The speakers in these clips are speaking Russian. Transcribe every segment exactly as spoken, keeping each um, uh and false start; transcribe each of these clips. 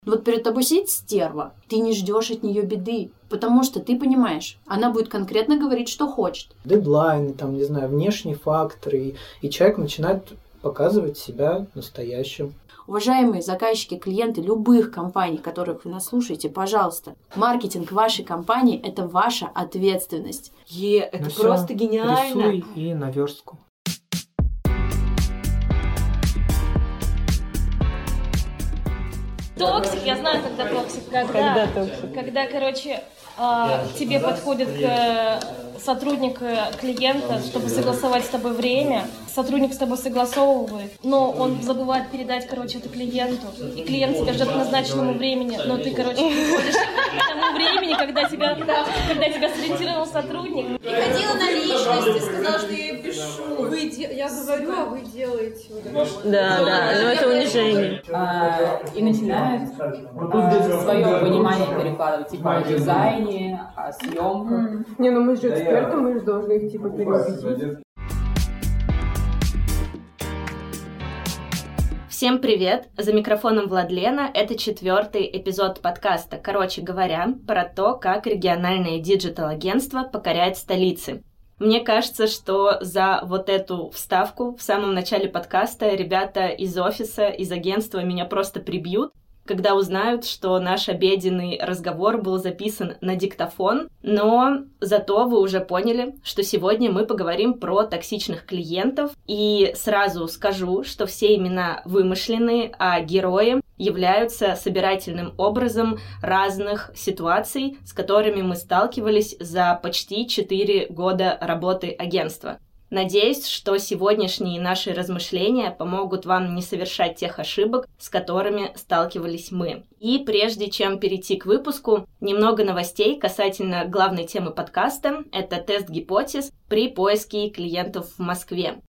Вот перед тобой сидит стерва, ты не ждешь от нее беды, потому что ты понимаешь, она будет конкретно говорить, что хочет. Дедлайны, там, не знаю, внешние факторы, и, и человек начинает показывать себя настоящим. Уважаемые заказчики, клиенты любых компаний, которых вы нас слушаете, пожалуйста, маркетинг вашей компании – это ваша ответственность. Е, это Ну просто всё, гениально. Рисуй и наверстку. Токсик, я знаю, когда токсик. Когда, Когда токсик? Когда, короче, а, тебе подходит э, сотрудник э, клиента, чтобы согласовать с тобой время. Сотрудник с тобой согласовывает, но он забывает передать, короче, это клиенту. И клиент тебя ждет к назначенному времени, но ты, короче, приходишь к тому времени, когда тебя, когда тебя сориентировал сотрудник. Приходила на личности, сказала, что я ей пишу. Вы де... Я говорю, а вы делаете. Да, да, но это унижение. А, и начинает а, свое понимание перекладывать, типа о дизайне, о съемках. Не, ну мы же эксперты, мы же должны их типа переубедить. Всем привет! За микрофоном Владлена. Это четвертый эпизод подкаста «Короче говоря» про то, как региональное диджитал-агентство покоряет столицы. Мне кажется, что за вот эту вставку в самом начале подкаста ребята из офиса, из агентства меня просто прибьют, когда узнают, что наш обеденный разговор был записан на диктофон, но зато вы уже поняли, что сегодня мы поговорим про токсичных клиентов, и сразу скажу, что все имена вымышленные, а герои являются собирательным образом разных ситуаций, с которыми мы сталкивались за почти четыре года работы агентства. Надеюсь, что сегодняшние наши размышления помогут вам не совершать тех ошибок, с которыми сталкивались мы. И прежде чем перейти к выпуску, немного новостей касательно главной темы подкаста – это тест гипотез при поиске клиентов в Москве.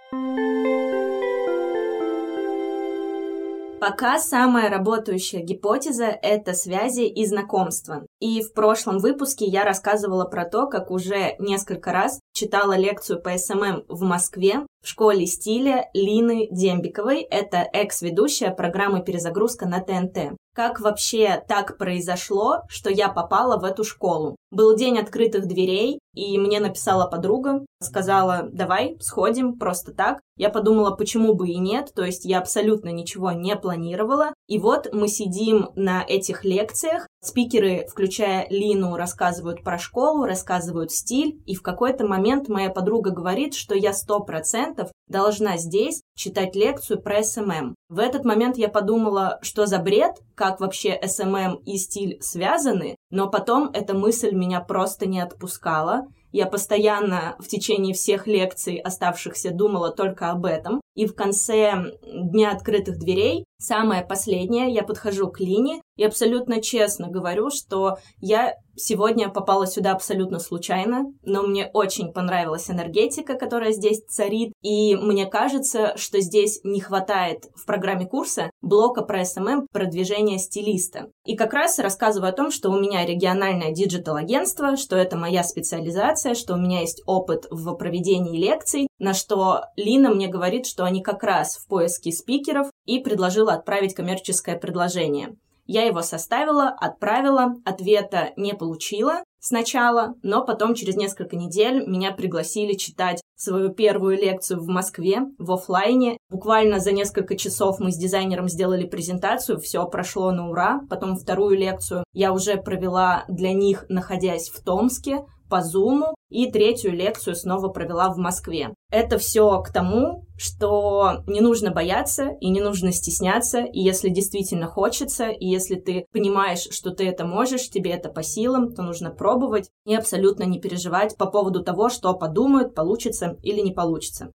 Пока самая работающая гипотеза – это связи и знакомства. И в прошлом выпуске я рассказывала про то, как уже несколько раз читала лекцию по эс эм эм в Москве в школе стиля Лины Дембиковой. Это экс-ведущая программы «Перезагрузка» на тэ эн тэ. Как вообще так произошло, что я попала в эту школу? Был день открытых дверей, и мне написала подруга, сказала, давай сходим просто так. Я подумала, почему бы и нет, то есть я абсолютно ничего не планировала. И вот мы сидим на этих лекциях, спикеры, включая Лину, рассказывают про школу, рассказывают стиль, и в какой-то момент моя подруга говорит, что я сто процентов должна здесь читать лекцию про эс эм эм. В этот момент я подумала, что за бред, как вообще эс эм эм и стиль связаны, но потом эта мысль меня просто не отпускала. Я постоянно в течение всех лекций оставшихся думала только об этом. И в конце дня открытых дверей, самое последнее, я подхожу к Лине и абсолютно честно говорю, что я сегодня попала сюда абсолютно случайно, но мне очень понравилась энергетика, которая здесь царит, и мне кажется, что здесь не хватает в программе курса блока про эс эм эм продвижения стилиста. И как раз рассказываю о том, что у меня региональное диджитал-агентство, что это моя специализация, что у меня есть опыт в проведении лекций, на что Лина мне говорит, что они как раз в поиске спикеров, и предложила отправить коммерческое предложение. Я его составила, отправила, ответа не получила сначала, но потом через несколько недель меня пригласили читать свою первую лекцию в Москве, в офлайне. Буквально за несколько часов мы с дизайнером сделали презентацию, все прошло на ура. Потом вторую лекцию я уже провела для них, находясь в Томске, по Зуму, и третью лекцию снова провела в Москве. Это все к тому, что не нужно бояться и не нужно стесняться, и если действительно хочется, и если ты понимаешь, что ты это можешь, тебе это по силам, то нужно пробовать и абсолютно не переживать по поводу того, что подумают, получится или не получится.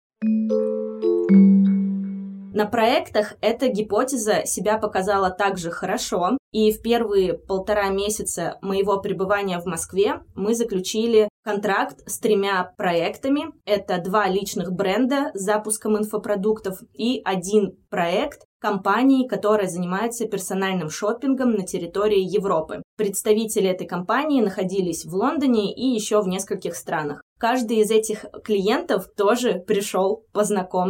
На проектах эта гипотеза себя показала также хорошо, и в первые полтора месяца моего пребывания в Москве мы заключили контракт с тремя проектами. Это два личных бренда с запуском инфопродуктов и один проект компании, которая занимается персональным шопингом на территории Европы. Представители этой компании находились в Лондоне и еще в нескольких странах. Каждый из этих клиентов тоже пришел по знакомству.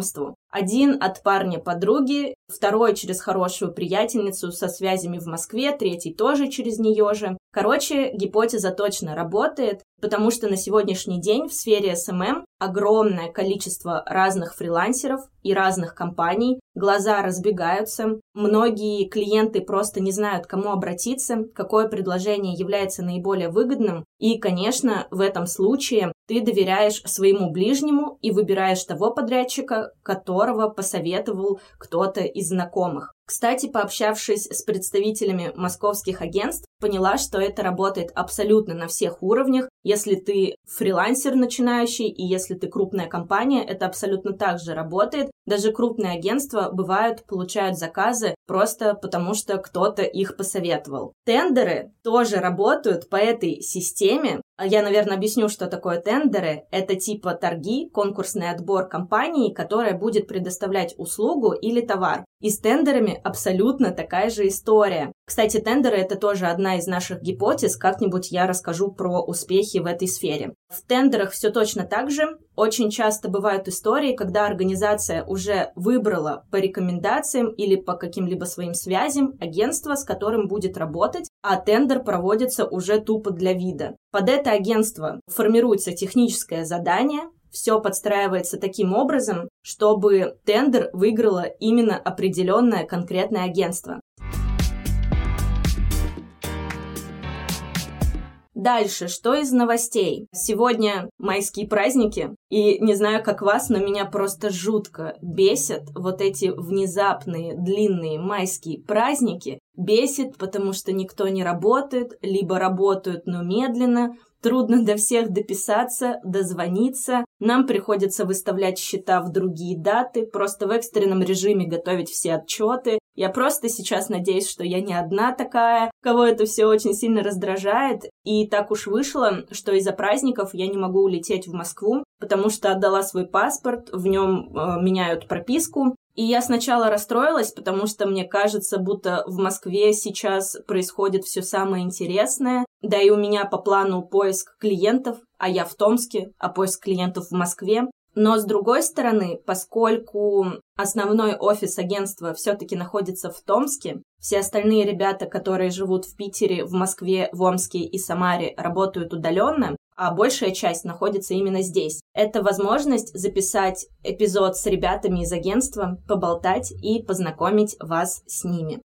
Один от парня подруги, второй через хорошую приятельницу со связями в Москве, третий тоже через нее же. Короче, гипотеза точно работает, потому что на сегодняшний день в сфере эс эм эм огромное количество разных фрилансеров и разных компаний, глаза разбегаются, многие клиенты просто не знают, к кому обратиться, какое предложение является наиболее выгодным, и, конечно, в этом случае ты доверяешь своему ближнему и выбираешь того подрядчика, которого посоветовал кто-то из знакомых. Кстати, пообщавшись с представителями московских агентств, поняла, что это работает абсолютно на всех уровнях. Если ты фрилансер начинающий и если ты крупная компания, это абсолютно так же работает. Даже крупные агентства, бывают, получают заказы просто потому, что кто-то их посоветовал. Тендеры тоже работают по этой системе. Я, наверное, объясню, что такое тендеры. Это типа торги, конкурсный отбор компании, которая будет предоставлять услугу или товар. И с тендерами абсолютно такая же история. Кстати, тендеры — это тоже одна из наших гипотез. Как-нибудь я расскажу про успехи в этой сфере. В тендерах все точно так же. Очень часто бывают истории, когда организация уже выбрала по рекомендациям или по каким-либо своим связям агентство, с которым будет работать, а тендер проводится уже тупо для вида. Под это агентство формируется техническое задание, все подстраивается таким образом, чтобы тендер выиграло именно определенное конкретное агентство. Дальше, что из новостей? Сегодня майские праздники, и не знаю, как вас, но меня просто жутко бесят вот эти внезапные длинные майские праздники. Бесит, потому что никто не работает, либо работают, но медленно. Трудно до всех дописаться, дозвониться. Нам приходится выставлять счета в другие даты, просто в экстренном режиме готовить все отчеты. Я просто сейчас надеюсь, что я не одна такая, кого это все очень сильно раздражает. И так уж вышло, что из-за праздников я не могу улететь в Москву, потому что отдала свой паспорт, в нем э, меняют прописку. И я сначала расстроилась, потому что мне кажется, будто в Москве сейчас происходит все самое интересное. Да и у меня по плану поиск клиентов, а я в Томске, а поиск клиентов в Москве. Но с другой стороны, поскольку основной офис агентства все-таки находится в Томске, все остальные ребята, которые живут в Питере, в Москве, в Омске и Самаре, работают удаленно, а большая часть находится именно здесь. Это возможность записать эпизод с ребятами из агентства, поболтать и познакомить вас с ними.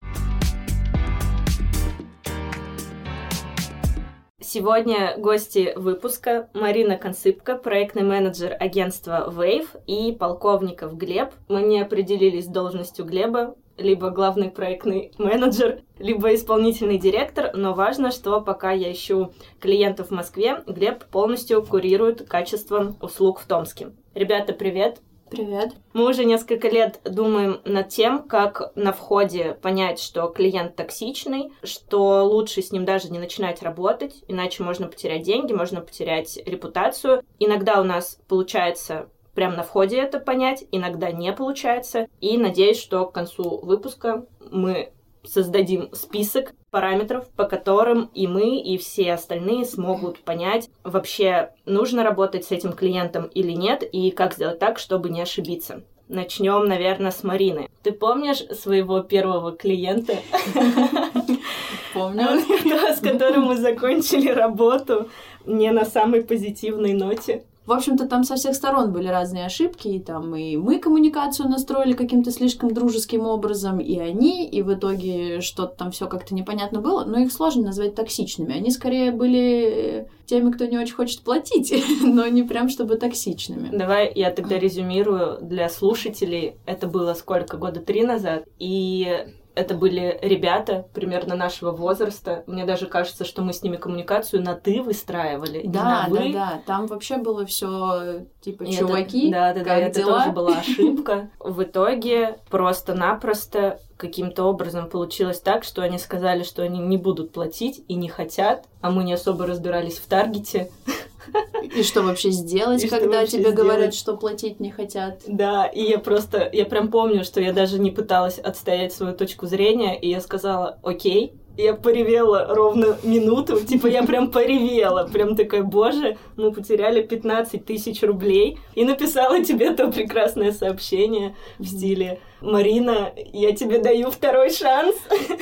Сегодня гости выпуска Марина Консыпко, проектный менеджер агентства Wave, и Полковников Глеб. Мы не определились с должностью Глеба, либо главный проектный менеджер, либо исполнительный директор, но важно, что пока я ищу клиентов в Москве, Глеб полностью курирует качество услуг в Томске. Ребята, привет! Привет. Мы уже несколько лет думаем над тем, как на входе понять, что клиент токсичный, что лучше с ним даже не начинать работать, иначе можно потерять деньги, можно потерять репутацию. Иногда у нас получается прямо на входе это понять, иногда не получается. И надеюсь, что к концу выпуска мы создадим список параметров, по которым и мы, и все остальные смогут понять, вообще нужно работать с этим клиентом или нет, и как сделать так, чтобы не ошибиться. Начнем, наверное, с Марины. Ты помнишь своего первого клиента? Помню. С которым мы закончили работу не на самой позитивной ноте. В общем-то, там со всех сторон были разные ошибки, и там и мы коммуникацию настроили каким-то слишком дружеским образом, и они, и в итоге что-то там все как-то непонятно было, но их сложно назвать токсичными. Они скорее были теми, кто не очень хочет платить, но не прям чтобы токсичными. Давай я тогда резюмирую для слушателей. Это было сколько? Года три назад, и... Это были ребята примерно нашего возраста. Мне даже кажется, что мы с ними коммуникацию на «ты» выстраивали. Да, на «вы». да, да. Там вообще было все типа И чуваки, это, да, да, как да, дела? Это тоже была ошибка. В итоге просто-напросто каким-то образом получилось так, что они сказали, что они не будут платить и не хотят, а мы не особо разбирались в таргете. И что вообще сделать, И когда тебе сделать? Говорят, что платить не хотят? Да, и я просто, я прям помню, что я даже не пыталась отстоять свою точку зрения, и я сказала: окей, Я поревела ровно минуту, типа я прям поревела, прям такая, боже, мы потеряли пятнадцать тысяч рублей, и написала тебе то прекрасное сообщение в стиле: Марина, я тебе даю второй шанс,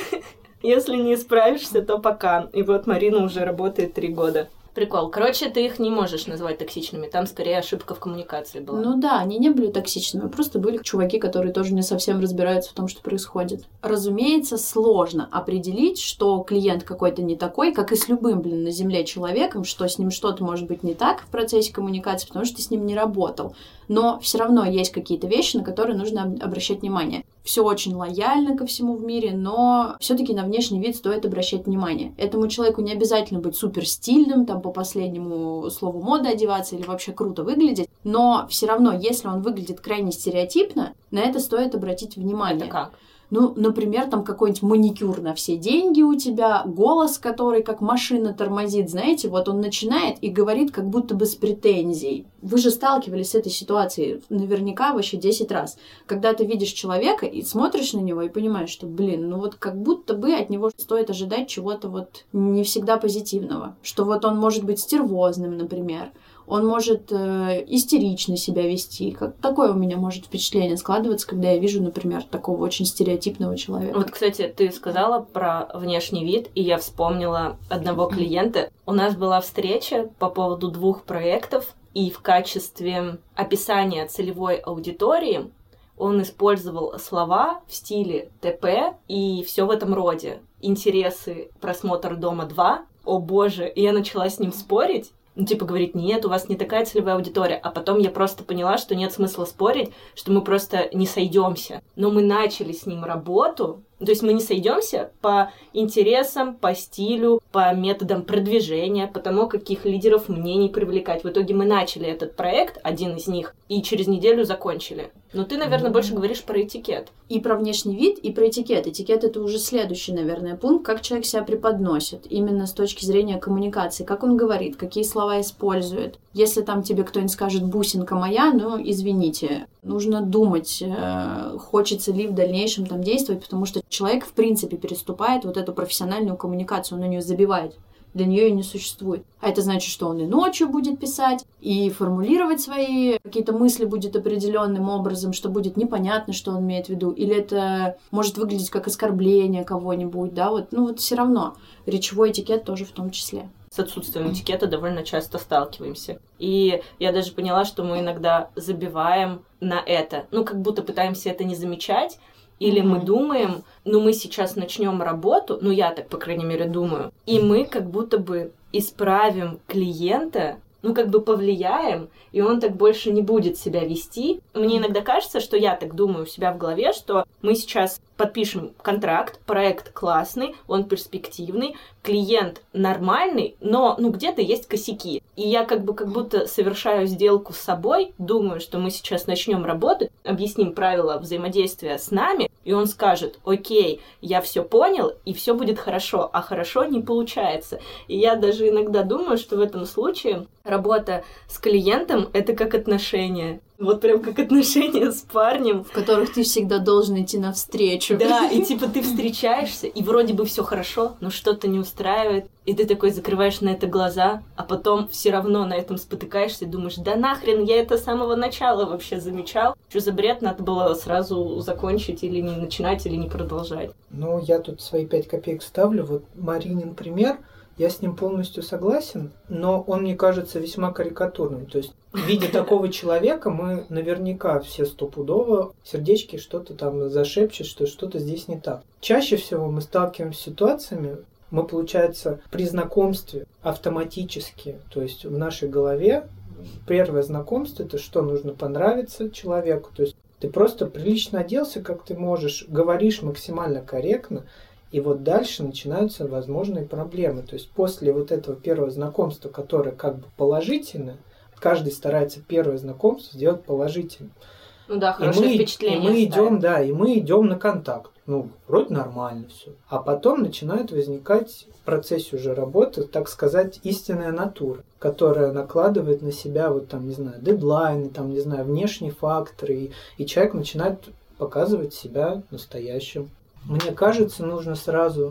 если не справишься, то пока. И вот Марина уже работает три года. Прикол. Короче, ты их не можешь назвать токсичными. Там скорее ошибка в коммуникации была. Ну да, они не были токсичными. Просто были чуваки, которые тоже не совсем разбираются в том, что происходит. Разумеется, сложно определить, что клиент какой-то не такой, как и с любым, блин, на земле человеком, что с ним что-то может быть не так в процессе коммуникации, потому что ты с ним не работал. Но все равно есть какие-то вещи, на которые нужно обращать внимание. Все очень лояльно ко всему в мире, но все-таки на внешний вид стоит обращать внимание. Этому человеку не обязательно быть супер стильным, там по последнему слову моды одеваться или вообще круто выглядеть, но все равно, если он выглядит крайне стереотипно, на это стоит обратить внимание. Это как? Ну, например, там какой-нибудь маникюр на все деньги у тебя, голос, который как машина тормозит, знаете, вот он начинает и говорит как будто бы с претензией. Вы же сталкивались с этой ситуацией наверняка вообще десять раз. Когда ты видишь человека и смотришь на него и понимаешь, что, блин, ну вот как будто бы от него стоит ожидать чего-то вот не всегда позитивного. Что вот он может быть стервозным, например. Он может э, истерично себя вести. Как, такое у меня может впечатление складываться, когда я вижу, например, такого очень стереотипного человека. Вот, кстати, ты сказала про внешний вид, и я вспомнила одного клиента. У нас была встреча по поводу двух проектов, и в качестве описания целевой аудитории он использовал слова в стиле ТП и все в этом роде. Интересы, просмотр «Дома два». О боже, и я начала с ним спорить. Ну, типа, говорит, нет, у вас не такая целевая аудитория. А потом я просто поняла, что нет смысла спорить, что мы просто не сойдемся. Но мы начали с ним работу. То есть мы не сойдемся по интересам, по стилю, по методам продвижения, по тому, каких лидеров мнений привлекать. В итоге мы начали этот проект, один из них, и через неделю закончили. Но ты, наверное, mm-hmm. больше говоришь про этикет. И про внешний вид, и про этикет. Этикет — это уже следующий, наверное, пункт, как человек себя преподносит. Именно с точки зрения коммуникации. Как он говорит, какие слова использует. Если там тебе кто-нибудь скажет «бусинка моя», ну, извините. Нужно думать, э, хочется ли в дальнейшем там действовать, потому что человек, в принципе, переступает вот эту профессиональную коммуникацию, он на нее забивает. Для нее и не существует. А это значит, что он и ночью будет писать, и формулировать свои какие-то мысли будет определенным образом, что будет непонятно, что он имеет в виду. Или это может выглядеть как оскорбление кого-нибудь, да, вот, ну вот все равно. Речевой этикет тоже в том числе. С отсутствием этикета довольно часто сталкиваемся. И я даже поняла, что мы иногда забиваем на это. Ну, как будто пытаемся это не замечать, или mm-hmm. мы думаем, ну, мы сейчас начнем работу, ну, я так, по крайней мере, думаю, и мы как будто бы исправим клиента, ну, как бы повлияем, и он так больше не будет себя вести. Мне иногда кажется, что я так думаю у себя в голове, что мы сейчас подпишем контракт, проект классный, он перспективный, клиент нормальный, но, ну, где-то есть косяки. И я как бы как будто совершаю сделку с собой, думаю, что мы сейчас начнем работать, объясним правила взаимодействия с нами, и он скажет: окей, я все понял, и все будет хорошо, а хорошо не получается. И я даже иногда думаю, что в этом случае работа с клиентом — это как отношения. Вот прям как отношения с парнем. В которых ты всегда должен идти навстречу. Да, и типа ты встречаешься, и вроде бы все хорошо, но что-то не устраивает. И ты такой закрываешь на это глаза, а потом все равно на этом спотыкаешься и думаешь: да нахрен, я это с самого начала вообще замечал. Что за бред, надо было сразу закончить или не начинать, или не продолжать. Ну, я тут свои пять копеек ставлю. Вот Маринин пример, я с ним полностью согласен, но он мне кажется весьма карикатурным. То есть, видя такого человека, мы наверняка все стопудово сердечки что-то там зашепчет, что что-то здесь не так. Чаще всего мы сталкиваемся с ситуациями, мы, получается, при знакомстве автоматически, то есть в нашей голове первое знакомство — это что? Нужно понравиться человеку. То есть ты просто прилично оделся, как ты можешь, говоришь максимально корректно, и вот дальше начинаются возможные проблемы. То есть после вот этого первого знакомства, которое как бы положительное, каждый старается первое знакомство сделать положительным. Ну да, хорошее и мы, впечатление. И мы идем, да, и мы идем на контакт. Ну, вроде нормально все. А потом начинает возникать в процессе уже работы, так сказать, истинная натура, которая накладывает на себя, вот там, не знаю, дедлайны, там, не знаю, внешние факторы, и, и человек начинает показывать себя настоящим. Мне кажется, нужно сразу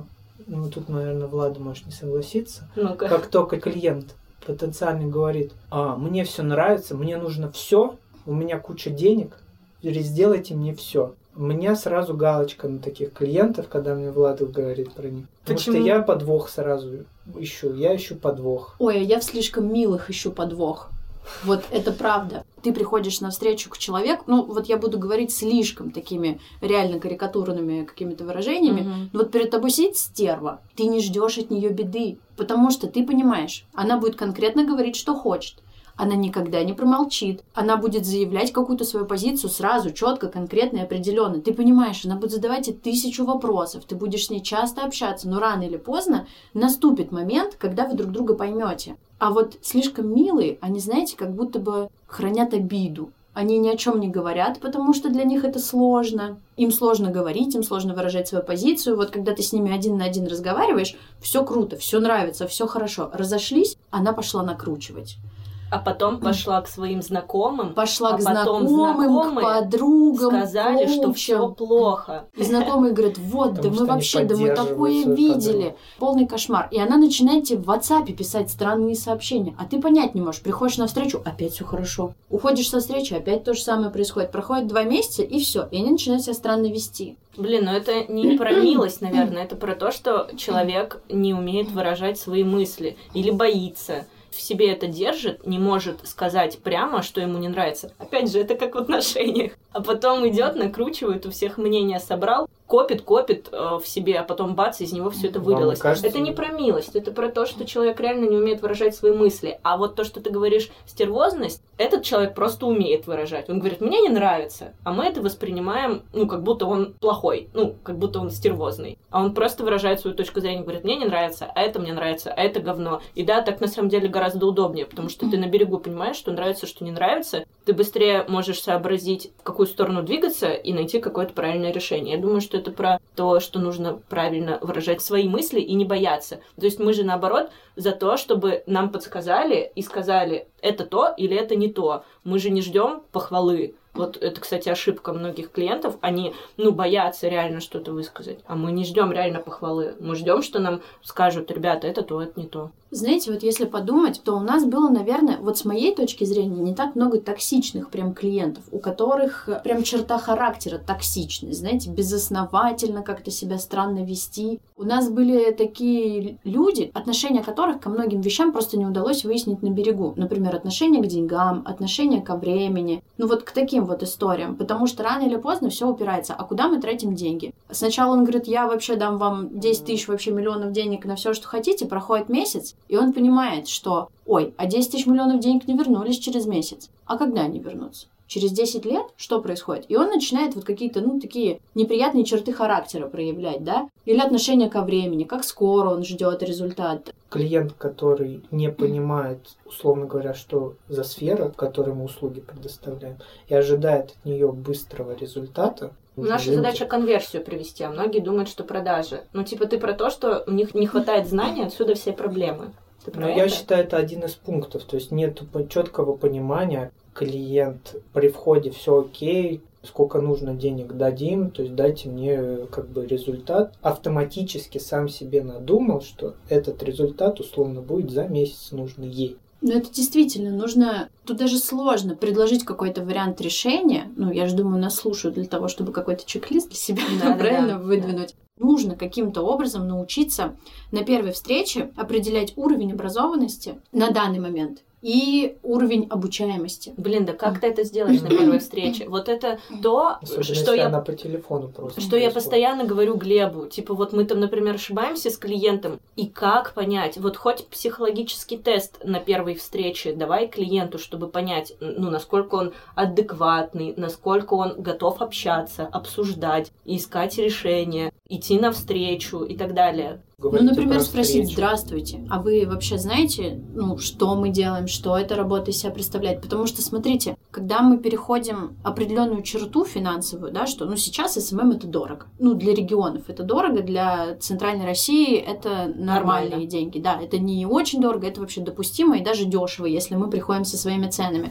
ну тут, наверное, Влада может не согласиться, Ну-ка. как только клиент потенциально говорит, а, мне все нравится, мне нужно все, у меня куча денег, или сделайте мне все. У меня сразу галочка на таких клиентов, когда мне Влада говорит про них. Потому Почему? что я подвох сразу ищу, я ищу подвох. Ой, а я в слишком милых ищу подвох. Вот это правда. Ты приходишь на встречу к человеку, ну вот я буду говорить слишком такими реально карикатурными какими-то выражениями, Мгм. но вот перед тобой сидит стерва, ты не ждешь от нее беды, потому что ты понимаешь, она будет конкретно говорить, что хочет. Она никогда не промолчит. Она будет заявлять какую-то свою позицию сразу, четко, конкретно и определенно. Ты понимаешь, она будет задавать тебе тысячу вопросов. Ты будешь с ней часто общаться, но рано или поздно наступит момент, когда вы друг друга поймете. А вот слишком милые, они, знаете, как будто бы хранят обиду. Они ни о чем не говорят, потому что для них это сложно. Им сложно говорить, им сложно выражать свою позицию. Вот когда ты с ними один на один разговариваешь, все круто, все нравится, все хорошо. Разошлись, она пошла накручивать. А потом пошла к своим знакомым, Пошла а к потом знакомым, к подругам, сказали, к что все коучам. плохо. И знакомые говорят, вот, да Потому мы что они вообще, да мы поддерживают такое свою видели. подругу. Полный кошмар. И она начинает тебе в WhatsApp писать странные сообщения. А ты понять не можешь. Приходишь на встречу, опять все хорошо. Уходишь со встречи, опять то же самое происходит. Проходит два месяца, и все. И они начинают себя странно вести. Блин, ну это не про милость, наверное, это про то, что человек не умеет выражать свои мысли или боится. В себе это держит, не может сказать прямо, что ему не нравится. Опять же, это как в отношениях. А потом идет, накручивает, у всех мнения собрал, копит, копит э, в себе, а потом бац, из него все это Вам вылилось. кажется- Это не про милость, это про то, что человек реально не умеет выражать свои мысли. А вот то, что ты говоришь, стервозность, этот человек просто умеет выражать. Он говорит, мне не нравится. А мы это воспринимаем, ну, как будто он плохой, ну, как будто он стервозный. А он просто выражает свою точку зрения, говорит, мне не нравится, а это мне нравится, а это говно. И да, так на самом деле гораздо удобнее, потому что ты на берегу понимаешь, что нравится, что не нравится. Ты быстрее можешь сообразить, в какую сторону двигаться и найти какое-то правильное решение. Я думаю, что это про то, что нужно правильно выражать свои мысли и не бояться. То есть мы же, наоборот, за то, чтобы нам подсказали и сказали, это то или это не то. Мы же не ждем похвалы. Вот это, кстати, ошибка многих клиентов. Они, ну, боятся реально что-то высказать. А мы не ждем реально похвалы. Мы ждем, что нам скажут, ребята, это то, это не то. Знаете, вот если подумать, то у нас было, наверное, вот с моей точки зрения, не так много токсичных прям клиентов, у которых прям черта характера токсичность, знаете, безосновательно как-то себя странно вести. У нас были такие люди, отношения которых ко многим вещам просто не удалось выяснить на берегу. Например, отношение к деньгам, отношение ко времени. Ну вот к таким вот историям. Потому что рано или поздно все упирается. А куда мы тратим деньги? Сначала он говорит, я вообще дам вам десять тысяч вообще миллионов денег на все, что хотите. Проходит месяц, и он понимает, что, ой, а десять тысяч миллионов денег не вернулись через месяц. А когда они вернутся? Через десять лет что происходит? И он начинает вот какие-то, ну, такие неприятные черты характера проявлять, да? Или отношение ко времени, как скоро он ждет результат. Клиент, который не понимает, условно говоря, что за сфера, в которой мы услуги предоставляем, и ожидает от нее быстрого результата. Наша люди- задача конверсию привести, а многие думают, что продажи. Ну, типа, ты про то, что у них не хватает знаний, отсюда все проблемы. Ты про Но это? я считаю, это один из пунктов. То есть нет четкого понимания. Клиент при входе все окей, сколько нужно денег дадим, то есть дайте мне как бы результат. Автоматически сам себе надумал, что этот результат условно будет за месяц нужно ей. Но это действительно нужно... Тут даже сложно предложить какой-то вариант решения. Ну, я же думаю, нас слушают для того, чтобы какой-то чек-лист для себя Да, правильно да, да. выдвинуть. Нужно каким-то образом научиться на первой встрече определять уровень образованности на данный момент и уровень обучаемости. Блин, да как ты это сделаешь на первой встрече? Вот это то, Особенно что если я... она по телефону просто. Что я происходит. постоянно говорю Глебу, типа вот мы там, например, ошибаемся с клиентом, и как понять, вот хоть психологический тест на первой встрече давай клиенту, чтобы понять, ну, насколько он адекватный, насколько он готов общаться, обсуждать, искать решения, идти навстречу и так далее. Ну, Говорите например, про спросить, встречу. здравствуйте, а вы вообще знаете, ну, что мы делаем, что эта работа из себя представляет? Потому что, смотрите, когда мы переходим определенную черту финансовую, да, что, ну, сейчас эс эм эм это дорого. Ну, для регионов это дорого, для центральной России это нормальные Нормально. деньги. Да, это не очень дорого, это вообще допустимо и даже дешево, если мы приходим со своими ценами.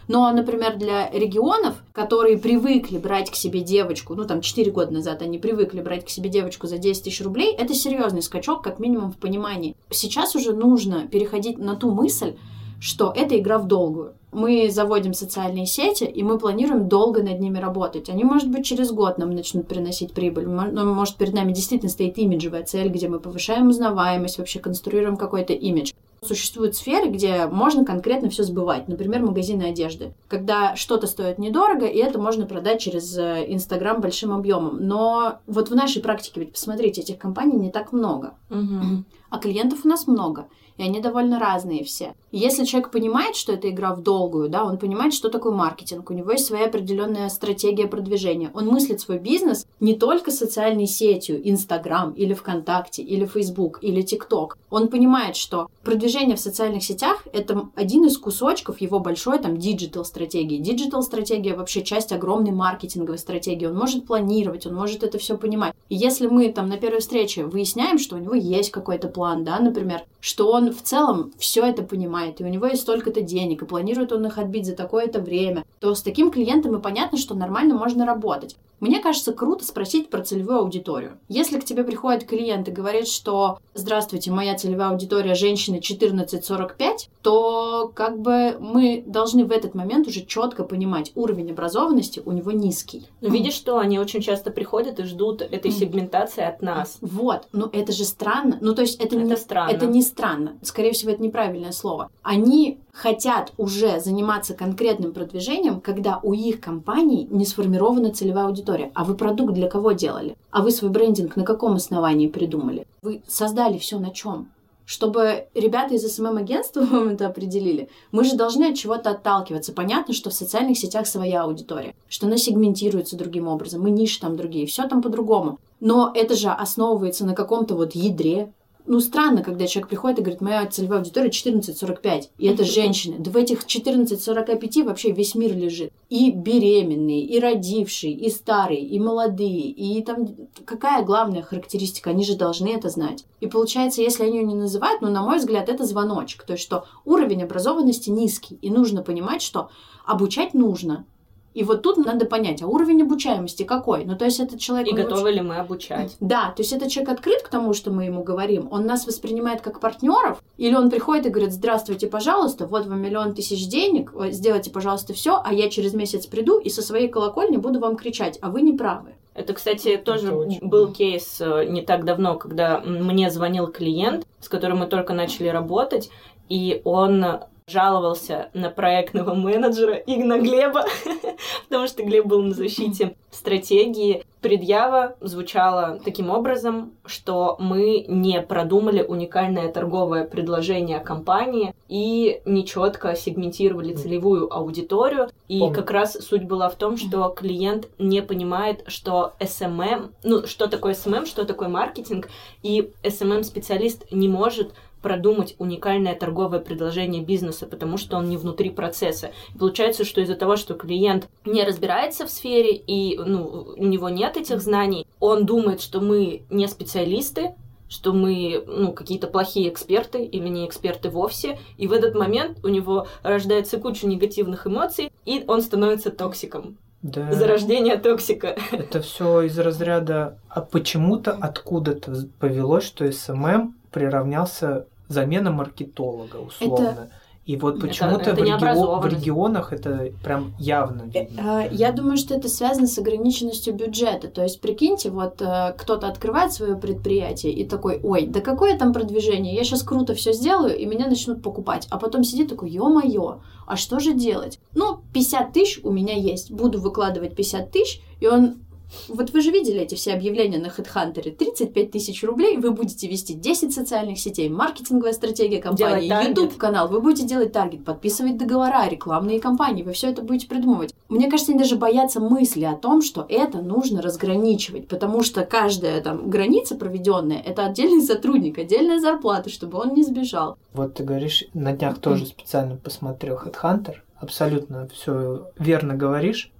Но, например, для регионов, которые привыкли брать к себе девочку, ну, там, четыре года назад они привыкли брать к себе девочку за десять тысяч рублей, это серьезный скачок, как минимум, в понимании. Сейчас уже нужно переходить на ту мысль, что это игра в долгую. Мы заводим социальные сети, и мы планируем долго над ними работать. Они, может быть, через год нам начнут приносить прибыль. Может, перед нами действительно стоит имиджевая цель, где мы повышаем узнаваемость, вообще конструируем какой-то имидж. Существуют сферы, где можно конкретно все сбывать. Например, магазины одежды. Когда что-то стоит недорого, и это можно продать через Инстаграм большим объемом. Но вот в нашей практике, ведь посмотрите, этих компаний не так много. Угу. А клиентов у нас много. И они довольно разные все. И если человек понимает, что это игра в долгую, да, он понимает, что такое маркетинг, у него есть своя определенная стратегия продвижения. Он мыслит свой бизнес не только социальной сетью, Инстаграм или ВКонтакте, или Фейсбук, или ТикТок. Он понимает, что продвижение в социальных сетях — это один из кусочков его большой там диджитал-стратегии. Диджитал-стратегия вообще часть огромной маркетинговой стратегии. Он может планировать, он может это все понимать. И если мы там на первой встрече выясняем, что у него есть какой-то план, да, например, что он в целом все это понимает, и у него есть столько-то денег, и планирует он их отбить за такое-то время, то с таким клиентом и понятно, что нормально можно работать. Мне кажется, круто спросить про целевую аудиторию. Если к тебе приходит клиент и говорит, что «Здравствуйте, моя целевая аудитория женщины четырнадцать сорок пять», то как бы мы должны в этот момент уже четко понимать, уровень образованности у него низкий. Ну, видишь, что они очень часто приходят и ждут этой сегментации от нас. Вот, но это же странно. Ну, то есть это, это не, странно. это не странно. Скорее всего, это неправильное слово. Они хотят уже заниматься конкретным продвижением, когда у их компаний не сформирована целевая аудитория. А вы продукт для кого делали? А вы свой брендинг на каком основании придумали? Вы создали все на чем? Чтобы ребята из эс эм эм-агентства вам это определили, мы же должны от чего-то отталкиваться. Понятно, что в социальных сетях своя аудитория, что она сегментируется другим образом, и ниши там другие, все там по-другому. Но это же основывается на каком-то вот ядре. Ну, странно, когда человек приходит и говорит, моя целевая аудитория четырнадцать сорок пять, и это женщины. Да в этих четырнадцать сорок пять вообще весь мир лежит. И беременные, и родившие, и старые, и молодые, и там какая главная характеристика? Они же должны это знать. И получается, если они ее не называют, ну, на мой взгляд, это звоночек. То есть, что уровень образованности низкий, и нужно понимать, что обучать нужно. И вот тут надо понять, а уровень обучаемости какой? Ну, то есть, этот человек... И готовы ли мы обучать? Да, то есть, этот человек открыт к тому, что мы ему говорим, он нас воспринимает как партнеров, или он приходит и говорит, здравствуйте, пожалуйста, вот вам миллион тысяч денег, сделайте, пожалуйста, все, а я через месяц приду и со своей колокольни буду вам кричать, а вы не правы. Это, кстати, тоже был кейс не так давно, когда мне звонил клиент, с которым мы только начали работать, и он... жаловался на проектного менеджера и на Глеба, потому что Глеб был на защите стратегии. Предъява звучала таким образом, что мы не продумали уникальное торговое предложение компании и нечетко сегментировали целевую аудиторию. И Помню. Как раз суть была в том, что клиент не понимает, что эс эм эм, ну, что такое эс эм эм, что такое маркетинг, и эс эм эм-специалист не может продумать уникальное торговое предложение бизнеса, потому что он не внутри процесса. И получается, что из-за того, что клиент не разбирается в сфере и ну, у него нет этих знаний, он думает, что мы не специалисты, что мы ну, какие-то плохие эксперты или не эксперты вовсе, и в этот момент у него рождается куча негативных эмоций, и он становится токсиком. Да. Зарождение токсика. Это все из разряда, а почему-то откуда-то повелось, что эс эм эм приравнялся замена маркетолога, условно. Это... И вот почему-то это, это в, реги... в регионах это прям явно видно. Я думаю, что это связано с ограниченностью бюджета. То есть, прикиньте, вот кто-то открывает свое предприятие и такой, ой, да какое там продвижение, я сейчас круто все сделаю, и меня начнут покупать. А потом сидит такой, ё-моё, а что же делать? Ну, пятьдесят тысяч у меня есть, буду выкладывать пятьдесят тысяч, и он... Вот вы же видели эти все объявления на HeadHunter. тридцать пять тысяч рублей, вы будете вести десять социальных сетей, маркетинговая стратегия компании, YouTube-канал, вы будете делать таргет, подписывать договора, рекламные кампании, вы все это будете придумывать. Мне кажется, они даже боятся мысли о том, что это нужно разграничивать, потому что каждая там граница проведенная, это отдельный сотрудник, отдельная зарплата, чтобы он не сбежал. Вот ты говоришь, на днях тоже специально посмотрел HeadHunter, абсолютно все верно говоришь.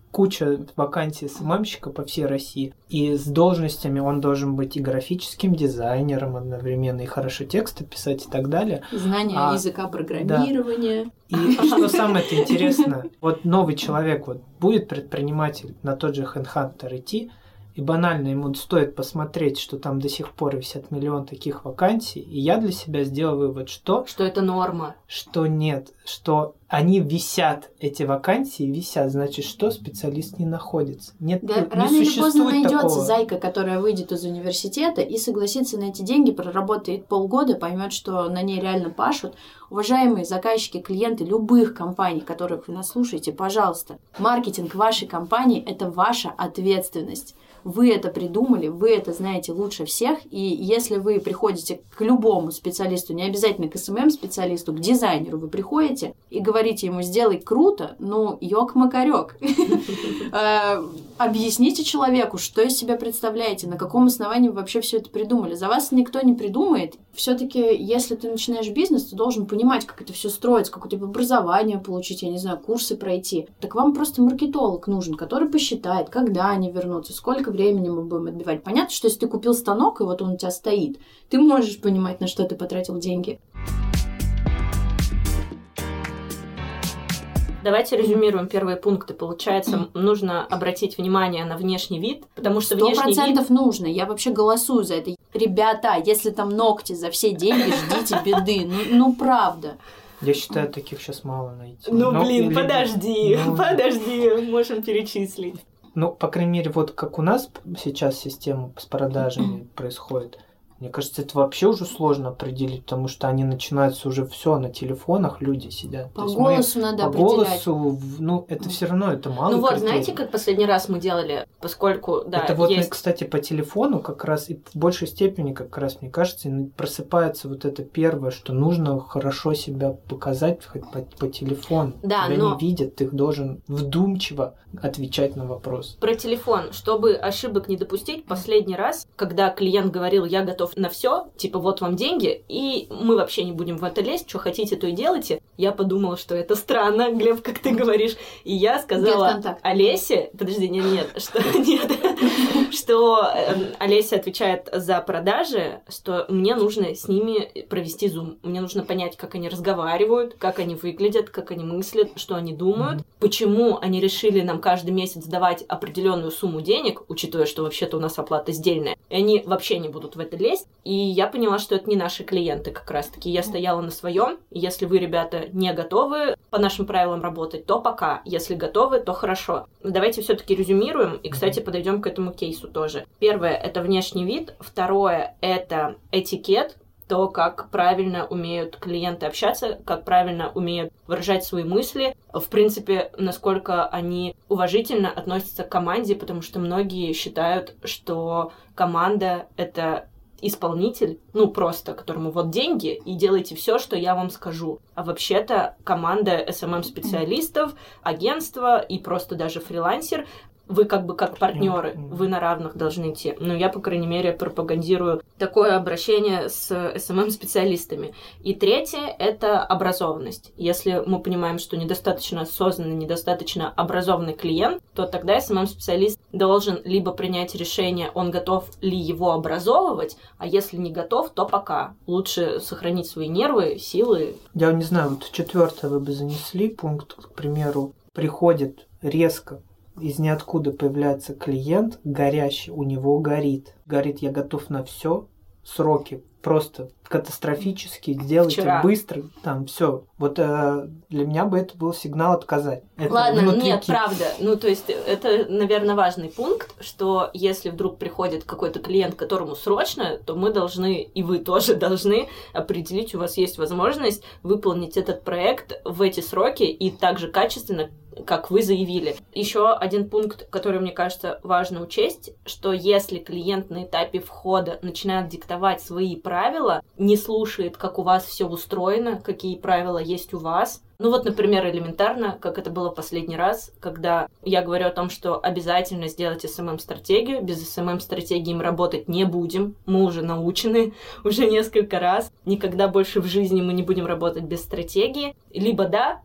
куча вакансий СММщика по всей России. И с должностями он должен быть и графическим дизайнером одновременно, и хорошо тексты писать и так далее. Знание а, языка программирования. Да. И что самое-то интересное, вот новый человек вот будет предприниматель на тот же HeadHunter идти, и банально ему стоит посмотреть, что там до сих пор висят миллион таких вакансий, и я для себя сделал вывод, что... Что это норма. Что нет, что они висят, эти вакансии висят, значит, что специалист не находится. Нет, да, не рано или поздно найдется такого. зайка, которая выйдет из университета и согласится на эти деньги, проработает полгода, поймет, что на ней реально пашут. Уважаемые заказчики, клиенты любых компаний, которых вы нас слушаете, пожалуйста, маркетинг вашей компании – это ваша ответственность. Вы это придумали, вы это знаете лучше всех, и если вы приходите к любому специалисту, не обязательно к эс эм эм-специалисту, к дизайнеру вы приходите и говорите ему «сделай круто», ну, ёк-макарёк. Объясните человеку, что из себя представляете, на каком основании вы вообще все это придумали. За вас никто не придумает. Все-таки, если ты начинаешь бизнес, ты должен понимать, как это все строится, какое-то образование получить, я не знаю, курсы пройти. Так вам просто маркетолог нужен, который посчитает, когда они вернутся, сколько времени мы будем отбивать. Понятно, что если ты купил станок, и вот он у тебя стоит, ты можешь понимать, на что ты потратил деньги. Давайте резюмируем первые пункты. Получается, нужно обратить внимание на внешний вид, потому что внешний вид... Сто процентов нужно. Я вообще голосую за это. Ребята, если там ногти за все деньги, ждите беды. Ну, ну правда. Я считаю, таких сейчас мало найти. Ну, Но, блин, или... подожди, ну... подожди, можем перечислить. Ну, по крайней мере, вот как у нас сейчас система с продажами происходит, мне кажется, это вообще уже сложно определить, потому что они начинаются уже все на телефонах, люди сидят. По голосу надо по определять. По голосу, ну, это все равно, это мало. Ну вот, критерий. знаете, как последний раз мы делали, поскольку, да, это вот, есть... кстати, по телефону как раз и в большей степени, как раз, мне кажется, просыпается вот это первое, что нужно хорошо себя показать хоть по, по телефону. Да, Тебя но... не видят, ты должен вдумчиво отвечать на вопрос. Про телефон. Чтобы ошибок не допустить, последний раз, когда клиент говорил, я готов на все, типа вот вам деньги, и мы вообще не будем в это лезть, что хотите, то и делайте, я подумала, что это странно, Глеб, как ты говоришь, и я сказала Олесе, подожди, нет, нет, что нет, что Олеся отвечает за продажи, что мне нужно с ними провести зум, мне нужно понять, как они разговаривают, как они выглядят, как они мыслят, что они думают, почему они решили нам каждый месяц давать определенную сумму денег, учитывая, что вообще-то у нас оплата сдельная, и они вообще не будут в это лезть. И я поняла, что это не наши клиенты как раз-таки. Я стояла на своем. Если вы, ребята, не готовы по нашим правилам работать, то пока. Если готовы, то хорошо. Давайте все-таки резюмируем. И, кстати, подойдем к этому кейсу тоже. Первое — это внешний вид. Второе — это этикет. То, как правильно умеют клиенты общаться, как правильно умеют выражать свои мысли. В принципе, насколько они уважительно относятся к команде, потому что многие считают, что команда — это исполнитель, ну просто, которому вот деньги, и делайте все, что я вам скажу. А вообще-то команда эс эм эм-специалистов, агентство и просто даже фрилансер, вы как бы как партнеры, вы на равных должны идти. Но я, по крайней мере, пропагандирую такое обращение с эс эм эм-специалистами. И третье — это образованность. Если мы понимаем, что недостаточно осознанный, недостаточно образованный клиент, то тогда эс эм эм-специалист должен либо принять решение, он готов ли его образовывать, а если не готов, то пока. Лучше сохранить свои нервы, силы. Я не знаю, вот четвертое вы бы занесли пункт, к примеру, приходит резко, из ниоткуда появляется клиент горящий, у него горит. Горит, я готов на все, сроки просто катастрофические, сделайте Вчера. быстро, там все. Вот э, для меня бы это был сигнал отказать. Это Ладно, внутрики. нет, правда. Ну, то есть, это, наверное, важный пункт, что если вдруг приходит какой-то клиент, которому срочно, то мы должны, и вы тоже должны определить, у вас есть возможность выполнить этот проект в эти сроки и так же качественно, как вы заявили. Еще один пункт, который, мне кажется, важно учесть, что если клиент на этапе входа начинает диктовать свои правила, не слушает, как у вас все устроено, какие правила есть у вас, Ну вот, например, элементарно, как это было в последний раз, когда я говорю о том, что обязательно сделать эс эм эм-стратегию, без эс эм эм-стратегии мы работать не будем, мы уже научены уже несколько раз, никогда больше в жизни мы не будем работать без стратегии, либо да,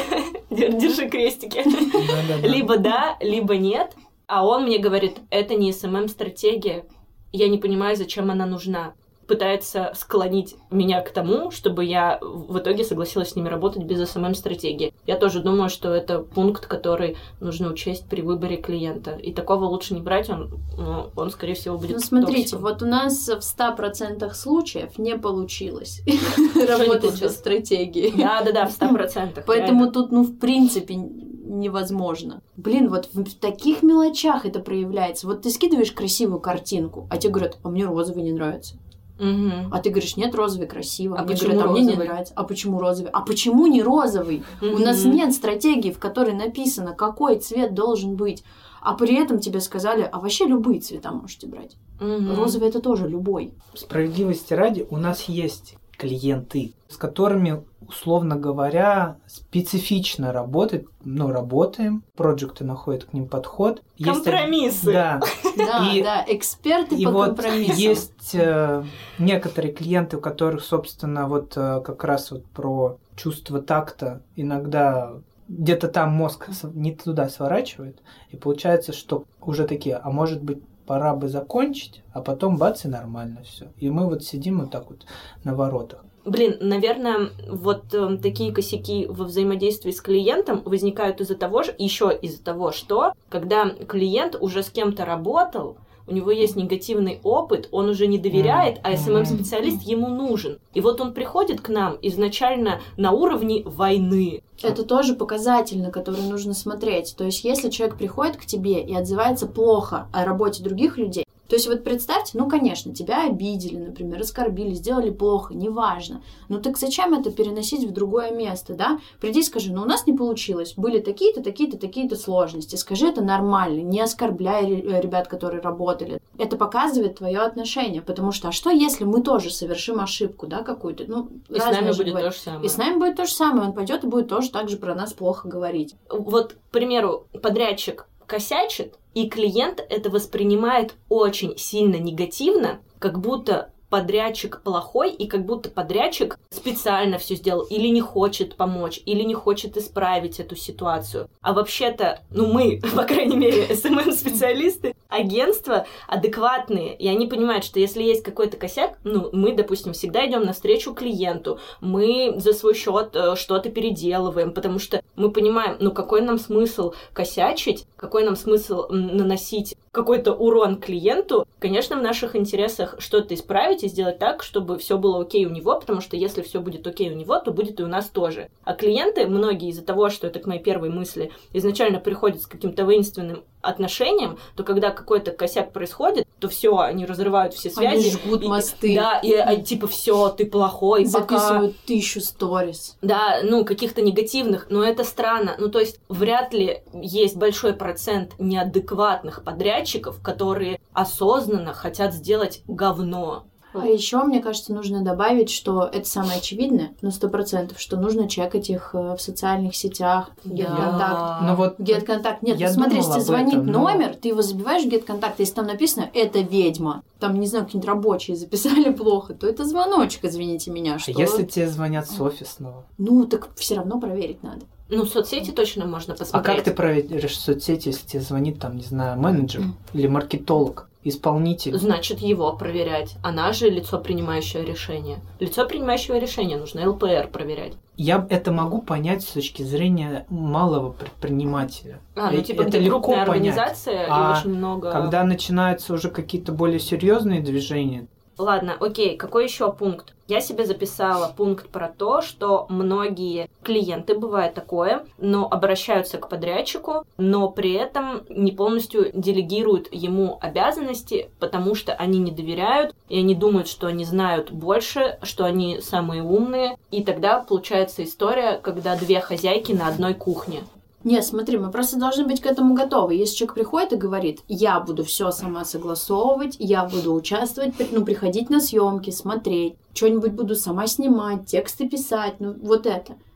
держи крестики, либо да, либо нет, а он мне говорит, это не эс эм эм-стратегия, я не понимаю, зачем она нужна. Пытается склонить меня к тому, чтобы я в итоге согласилась с ними работать без эс эм эм-стратегии. Я тоже думаю, что это пункт, который нужно учесть при выборе клиента. И такого лучше не брать, он, ну, он скорее всего, будет Ну, смотрите, токсиком. вот у нас в ста процентах случаев не получилось работать без стратегии. Да-да-да, в ста процентах. Поэтому тут, ну, в принципе, невозможно. Блин, вот в таких мелочах это проявляется. Вот ты скидываешь красивую картинку, а тебе говорят, а мне розовый не нравится. Угу. А ты говоришь, нет, розовый красиво. А Мне почему говорят, а мне не розовый? нравится. А почему розовый? А почему не розовый? Угу. У нас нет стратегии, в которой написано, какой цвет должен быть. А при этом тебе сказали, а вообще любые цвета можете брать. Угу. Розовый это тоже любой. Справедливости ради, у нас есть клиенты, с которыми, условно говоря, специфично работать, ну, работаем, проекты находят к ним подход. Компромиссы. Есть, да. Да, И- да, эксперты И по вот компромиссам. есть э, некоторые клиенты, у которых, собственно, вот э, как раз вот про чувство такта иногда где-то там мозг с- не туда сворачивает, и получается, что уже такие, а может быть, пора бы закончить, а потом бац, и нормально все. И мы вот сидим вот так вот на воротах. Блин, наверное, вот э, такие косяки во взаимодействии с клиентом возникают из-за того же, еще из-за того, что когда клиент уже с кем-то работал, у него есть негативный опыт, он уже не доверяет, а эс эм эм-специалист ему нужен. И вот он приходит к нам изначально на уровне войны. Это тоже показатель, на который нужно смотреть. То есть, если человек приходит к тебе и отзывается плохо о работе других людей, то есть вот представьте, ну, конечно, тебя обидели, например, оскорбили, сделали плохо, неважно. Ну так зачем это переносить в другое место, да? Приди и скажи, ну у нас не получилось, были такие-то, такие-то, такие-то сложности. Скажи это нормально, не оскорбляй ребят, которые работали. Это показывает твое отношение, потому что, а что если мы тоже совершим ошибку, да, какую-то? Ну, И с нами будет то же самое. И с нами будет то же самое, он пойдет и будет тоже так же про нас плохо говорить. Вот, к примеру, подрядчик косячит, и клиент это воспринимает очень сильно негативно, как будто подрядчик плохой, и как будто подрядчик специально все сделал, или не хочет помочь, или не хочет исправить эту ситуацию. А вообще-то, ну мы, по крайней мере, эс эм эм-специалисты, агентства адекватные, и они понимают, что если есть какой-то косяк, ну, мы, допустим, всегда идем навстречу клиенту, мы за свой счет э, что-то переделываем, потому что мы понимаем, ну, какой нам смысл косячить, какой нам смысл м, наносить какой-то урон клиенту. Конечно, в наших интересах что-то исправить и сделать так, чтобы все было окей у него, потому что если все будет окей у него, то будет и у нас тоже. А клиенты, многие из-за того, что это к моей первой мысли, изначально приходят с каким-то воинственным отношением, то когда какой-то косяк происходит, то все, они разрывают все связи. Они жгут и, мосты. Да, и а, типа все, ты плохой, Записывают пока... тысячу сторис. Да, ну, каких-то негативных, но это странно. Ну, то есть, вряд ли есть большой процент неадекватных подрядчиков, которые осознанно хотят сделать говно. А еще, мне кажется, нужно добавить, что это самое очевидное, на сто процентов, что нужно чекать их э, в социальных сетях, GetContact. Ну вот GetContact. Нет, я ну смотри, думал если об звонит этом, но- номер, ты его забиваешь в GetContact, если там написано «это ведьма», там, не знаю, какие-нибудь рабочие записали плохо, то это звоночек, извините меня, а что... если тебе звонят с офисного? Ну, так все равно проверить надо. Ну, в соцсети точно можно А посмотреть. как ты проверишь в соцсети, если тебе звонит там, не знаю, менеджер или маркетолог, исполнитель? Значит, его проверять. Она же лицо, принимающее решение. Лицо, принимающего решения нужно эл пэ эр проверять. Я это могу понять с точки зрения малого предпринимателя. А, ну, Ведь типа, это где легко крупная понять. организация А и очень много... Когда начинаются уже какие-то более серьезные движения, Ладно, окей, какой еще пункт? Я себе записала пункт про то, что многие клиенты, бывает такое, но обращаются к подрядчику, но при этом не полностью делегируют ему обязанности, потому что они не доверяют, и они думают, что они знают больше, что они самые умные, и тогда получается история, когда две хозяйки на одной кухне. Нет, смотри, мы просто должны быть к этому готовы. Если человек приходит и говорит, я буду все сама согласовывать, я буду участвовать, ну, приходить на съемки, смотреть, что-нибудь буду сама снимать, тексты писать, ну, вот это.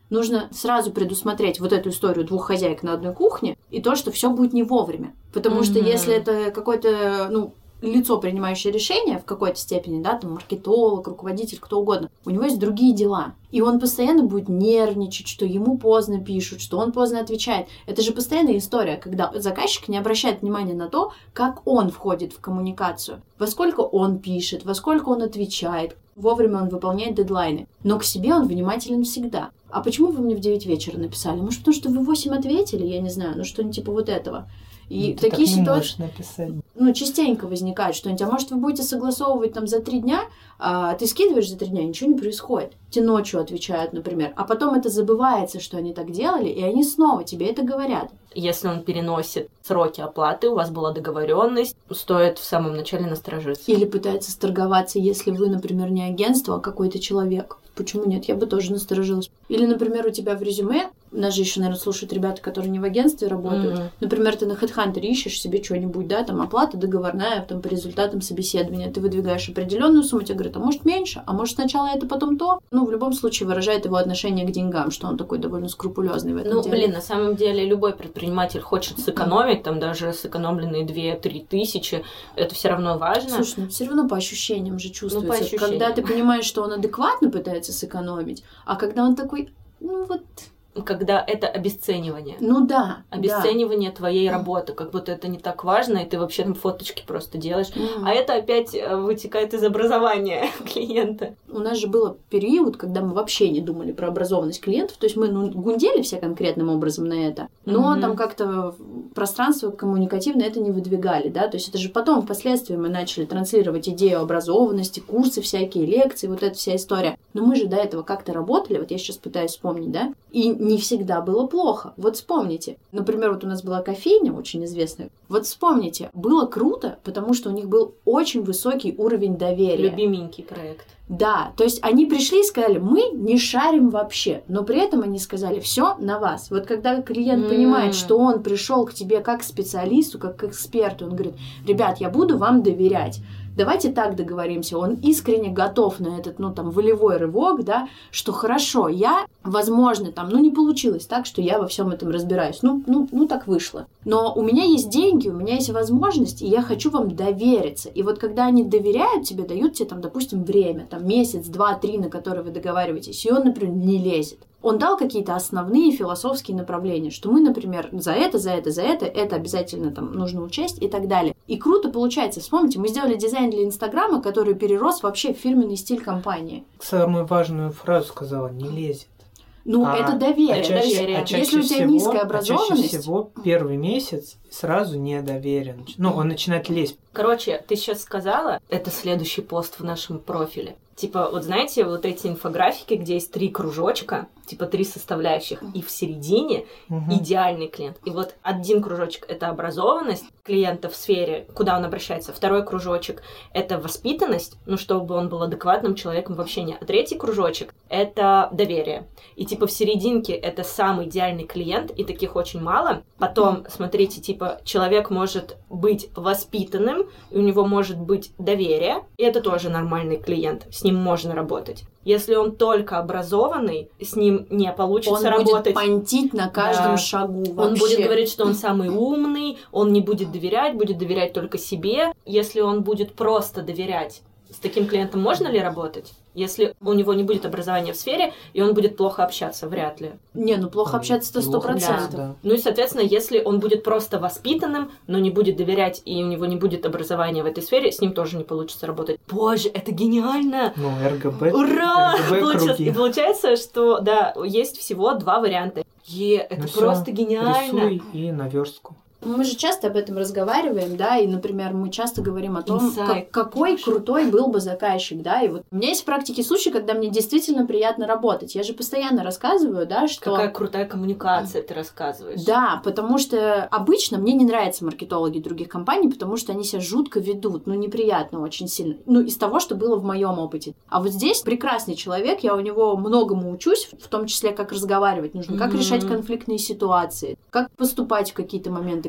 Нужно сразу предусмотреть вот эту историю двух хозяек на одной кухне и то, что все будет не вовремя. Потому mm-hmm. что если это какой-то, ну, лицо, принимающее решение в какой-то степени, да, там маркетолог, руководитель, кто угодно, у него есть другие дела. И он постоянно будет нервничать, что ему поздно пишут, что он поздно отвечает. Это же постоянная история, когда заказчик не обращает внимания на то, как он входит в коммуникацию, во сколько он пишет, во сколько он отвечает, вовремя он выполняет дедлайны. Но к себе он внимателен всегда. А почему вы мне в девять вечера написали? Может, потому что вы в восемь ответили? Я не знаю, ну что-нибудь типа вот этого. И ну, такие так ситуации, ну, частенько возникает что-нибудь. А может, вы будете согласовывать там за три дня, а ты скидываешь за три дня, ничего не происходит. Те ночью отвечают, например. А потом это забывается, что они так делали, и они снова тебе это говорят. Если он переносит сроки оплаты, у вас была договоренность, стоит в самом начале насторожиться. Или пытается сторговаться, если вы, например, не агентство, а какой-то человек. Почему нет? Я бы тоже насторожилась. Или, например, у тебя в резюме, нас же еще, наверное, слушают ребята, которые не в агентстве работают. Mm-hmm. Например, ты на HeadHunter ищешь себе что-нибудь, да, там оплата договорная, там по результатам собеседования. Ты выдвигаешь определенную сумму, тебе говорят, а может меньше, а может сначала это, потом то. Ну, в любом случае выражает его отношение к деньгам, что он такой довольно скрупулезный в этом ну, деле. Ну, блин, на самом деле любой предприниматель хочет сэкономить, там даже сэкономленные две-три тысячи, это все равно важно. Слушай, ну все равно по ощущениям же чувствуется. Ну, по ощущениям. Когда ты понимаешь, что он адекватно пытается сэкономить, а когда он такой, ну вот... Когда это обесценивание. Ну да. Обесценивание да. твоей работы, как будто это не так важно, и ты вообще там фоточки просто делаешь. Mm. А это опять вытекает из образования клиента. У нас же был период, когда мы вообще не думали про образованность клиентов, то есть мы ну, гундели все конкретным образом на это, но mm-hmm. там как-то пространство коммуникативное это не выдвигали, да, то есть это же потом впоследствии мы начали транслировать идею образованности, курсы всякие, лекции, вот эта вся история. Но мы же до этого как-то работали, вот я сейчас пытаюсь вспомнить, да, и не всегда было плохо. Вот вспомните. Например, вот у нас была кофейня очень известная. Вот вспомните, было круто, потому что у них был очень высокий уровень доверия. Любименький проект. Да, то есть они пришли и сказали, мы не шарим вообще, но при этом они сказали, все на вас. Вот когда клиент mm. понимает, что он пришел к тебе как к специалисту, как к эксперту, он говорит, ребят, я буду вам доверять. Давайте так договоримся, он искренне готов на этот, ну, там, волевой рывок, да, что хорошо, я, возможно, там, ну, не получилось так, что я во всем этом разбираюсь, ну, ну, ну, так вышло. Но у меня есть деньги, у меня есть возможность, и я хочу вам довериться. И вот когда они доверяют тебе, дают тебе, там, допустим, время, там, месяц, два, три, на которые вы договариваетесь, и он, например, не лезет. Он дал какие-то основные философские направления, что мы, например, за это, за это, за это, это обязательно там нужно учесть и так далее. И круто получается. Вспомните, мы сделали дизайн для Инстаграма, который перерос вообще в фирменный стиль компании. Самую важную фразу сказала, не лезет. Ну, а, это доверие. А чаще, доверие. А чаще Если у тебя всего, низкая образованность... А чаще всего первый месяц сразу недоверен. Ну, он начинает лезть. Короче, ты сейчас сказала, это следующий пост в нашем профиле. Типа, вот знаете, вот эти инфографики, где есть три кружочка, типа три составляющих, и в середине угу. идеальный клиент. И вот один кружочек — это образованность клиента в сфере, куда он обращается. Второй кружочек — это воспитанность, ну, чтобы он был адекватным человеком в общении. А третий кружочек — это доверие. И типа в серединке это самый идеальный клиент, и таких очень мало. Потом, смотрите, типа, человек может быть воспитанным, и у него может быть доверие, и это тоже нормальный клиент. С ним можно работать. Если он только образованный, с ним не получится он работать. Он будет понтить на каждом да. шагу вообще. Он будет говорить, что он самый умный, он не будет доверять, будет доверять только себе. Если он будет просто доверять, с таким клиентом можно ли работать? Если у него не будет образования в сфере, и он будет плохо общаться, вряд ли. Не, ну плохо общаться-то сто процентов. Да. Ну и, соответственно, если он будет просто воспитанным, но не будет доверять, и у него не будет образования в этой сфере, с ним тоже не получится работать. Боже, это гениально! Ну, эр гэ бэ. Ура! эр гэ бэ получается, круги. И получается, что, да, есть всего два варианта. Е, это ну просто всё, гениально! Рисуй и наверстку. Мы же часто об этом разговариваем, да, и, например, мы часто говорим о том, как, какой крутой был бы заказчик, да, и вот у меня есть практики случаи, когда мне действительно приятно работать. Я же постоянно рассказываю, да, что... Какая крутая коммуникация ты рассказываешь. Да, потому что обычно мне не нравятся маркетологи других компаний, потому что они себя жутко ведут, ну, неприятно очень сильно. Ну, из того, что было в моем опыте. А вот здесь прекрасный человек, я у него многому учусь, в том числе, как разговаривать нужно, как mm-hmm. решать конфликтные ситуации, как поступать в какие-то моменты,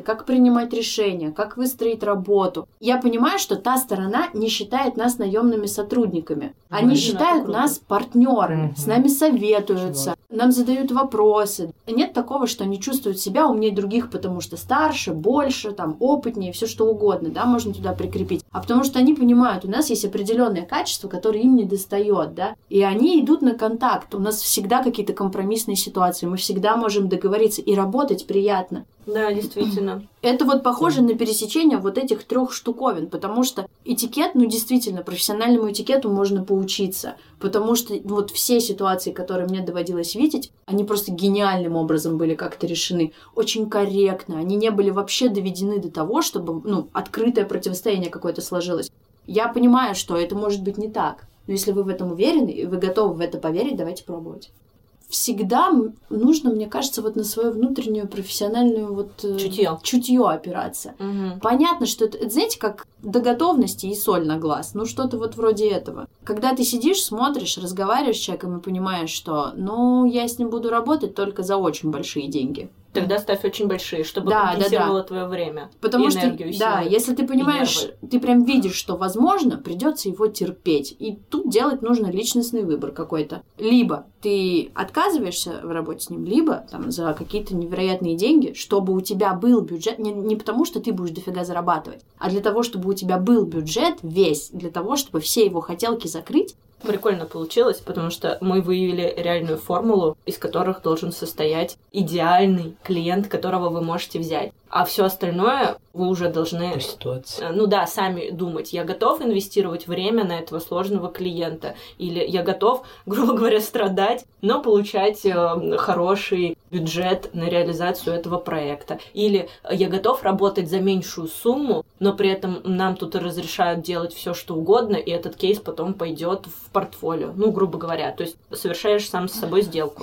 как принимать решения, как выстроить работу. Я понимаю, что та сторона не считает нас наемными сотрудниками. Они Блин, считают это нас партнерами, Мгм. с нами советуются, нам задают вопросы. Нет такого, что они чувствуют себя умнее других, потому что старше, больше, там, опытнее, все что угодно, да, можно туда прикрепить. А потому что они понимают, у нас есть определенное качество, которое им не достает, да, и они идут на контакт. У нас всегда какие-то компромиссные ситуации, мы всегда можем договориться, и работать приятно. Да, действительно. Это вот похоже на пересечение вот этих трех штуковин, потому что этикет, ну действительно, профессиональному этикету можно поучиться, потому что вот все ситуации, которые мне доводилось видеть, они просто гениальным образом были как-то решены, очень корректно, они не были вообще доведены до того, чтобы, ну, открытое противостояние какое-то сложилось. Я понимаю, что это может быть не так, но если вы в этом уверены и вы готовы в это поверить, давайте пробовать. Всегда нужно, мне кажется, вот на свою внутреннюю профессиональную вот Чутье. чутье опираться. Угу. Понятно, что это, это, знаете, как до готовности и соль на глаз. Ну, что-то вот вроде этого. Когда ты сидишь, смотришь, разговариваешь с человеком и понимаешь, что, ну, я с ним буду работать только за очень большие деньги. Тогда ставь очень большие, чтобы Да, компенсировало да, да. твое время, Потому и что, энергию, и да, силы, если ты понимаешь, и ты прям видишь, что возможно, придется его терпеть. И тут делать нужно личностный выбор какой-то. Либо ты отказываешься в работе с ним, либо там за какие-то невероятные деньги, чтобы у тебя был бюджет, не, не потому что ты будешь дофига зарабатывать, а для того, чтобы у тебя был бюджет весь, для того, чтобы все его хотелки закрыть. Прикольно получилось, потому что мы выявили реальную формулу, из которых должен состоять идеальный клиент, которого вы можете взять. А все остальное вы уже должны, По ситуации. ну да, сами думать. Я готов инвестировать время на этого сложного клиента, или я готов, грубо говоря, страдать, но получать э, хороший бюджет на реализацию этого проекта. Или я готов работать за меньшую сумму, но при этом нам тут разрешают делать все, что угодно, и этот кейс потом пойдет в портфолио. Ну, грубо говоря, то есть совершаешь сам с собой сделку.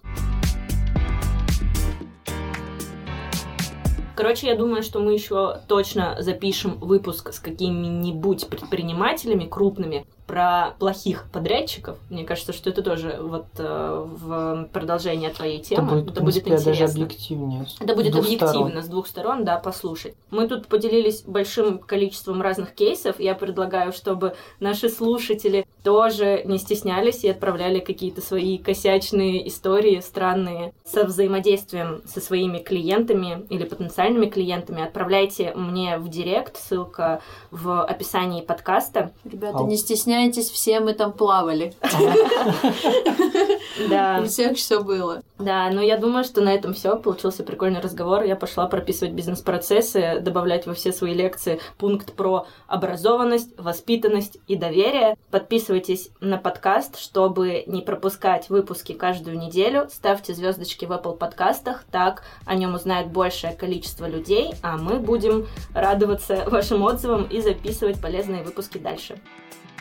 Короче, я думаю, что мы еще точно запишем выпуск с какими-нибудь предпринимателями крупными про плохих подрядчиков. Мне кажется, что это тоже вот э, в продолжение твоей темы. Это будет, это в принципе, будет даже интересно. объективнее. Это будет С двух объективно, сторон. с двух сторон, да, послушать. Мы тут поделились большим количеством разных кейсов. Я предлагаю, чтобы наши слушатели тоже не стеснялись и отправляли какие-то свои косячные истории, странные, со взаимодействием со своими клиентами или потенциальными клиентами. Отправляйте мне в директ, ссылка в описании подкаста. Ребята, Ау. не стесняйтесь, все мы там плавали. Да. У всех все было. Да, но я думаю, что на этом все. Получился прикольный разговор. Я пошла прописывать бизнес-процессы, добавлять во все свои лекции пункт про образованность, воспитанность и доверие. Подписывайтесь на подкаст, чтобы не пропускать выпуски каждую неделю. Ставьте звездочки в Apple подкастах, так о нем узнает большее количество людей, а мы будем радоваться вашим отзывам и записывать полезные выпуски дальше.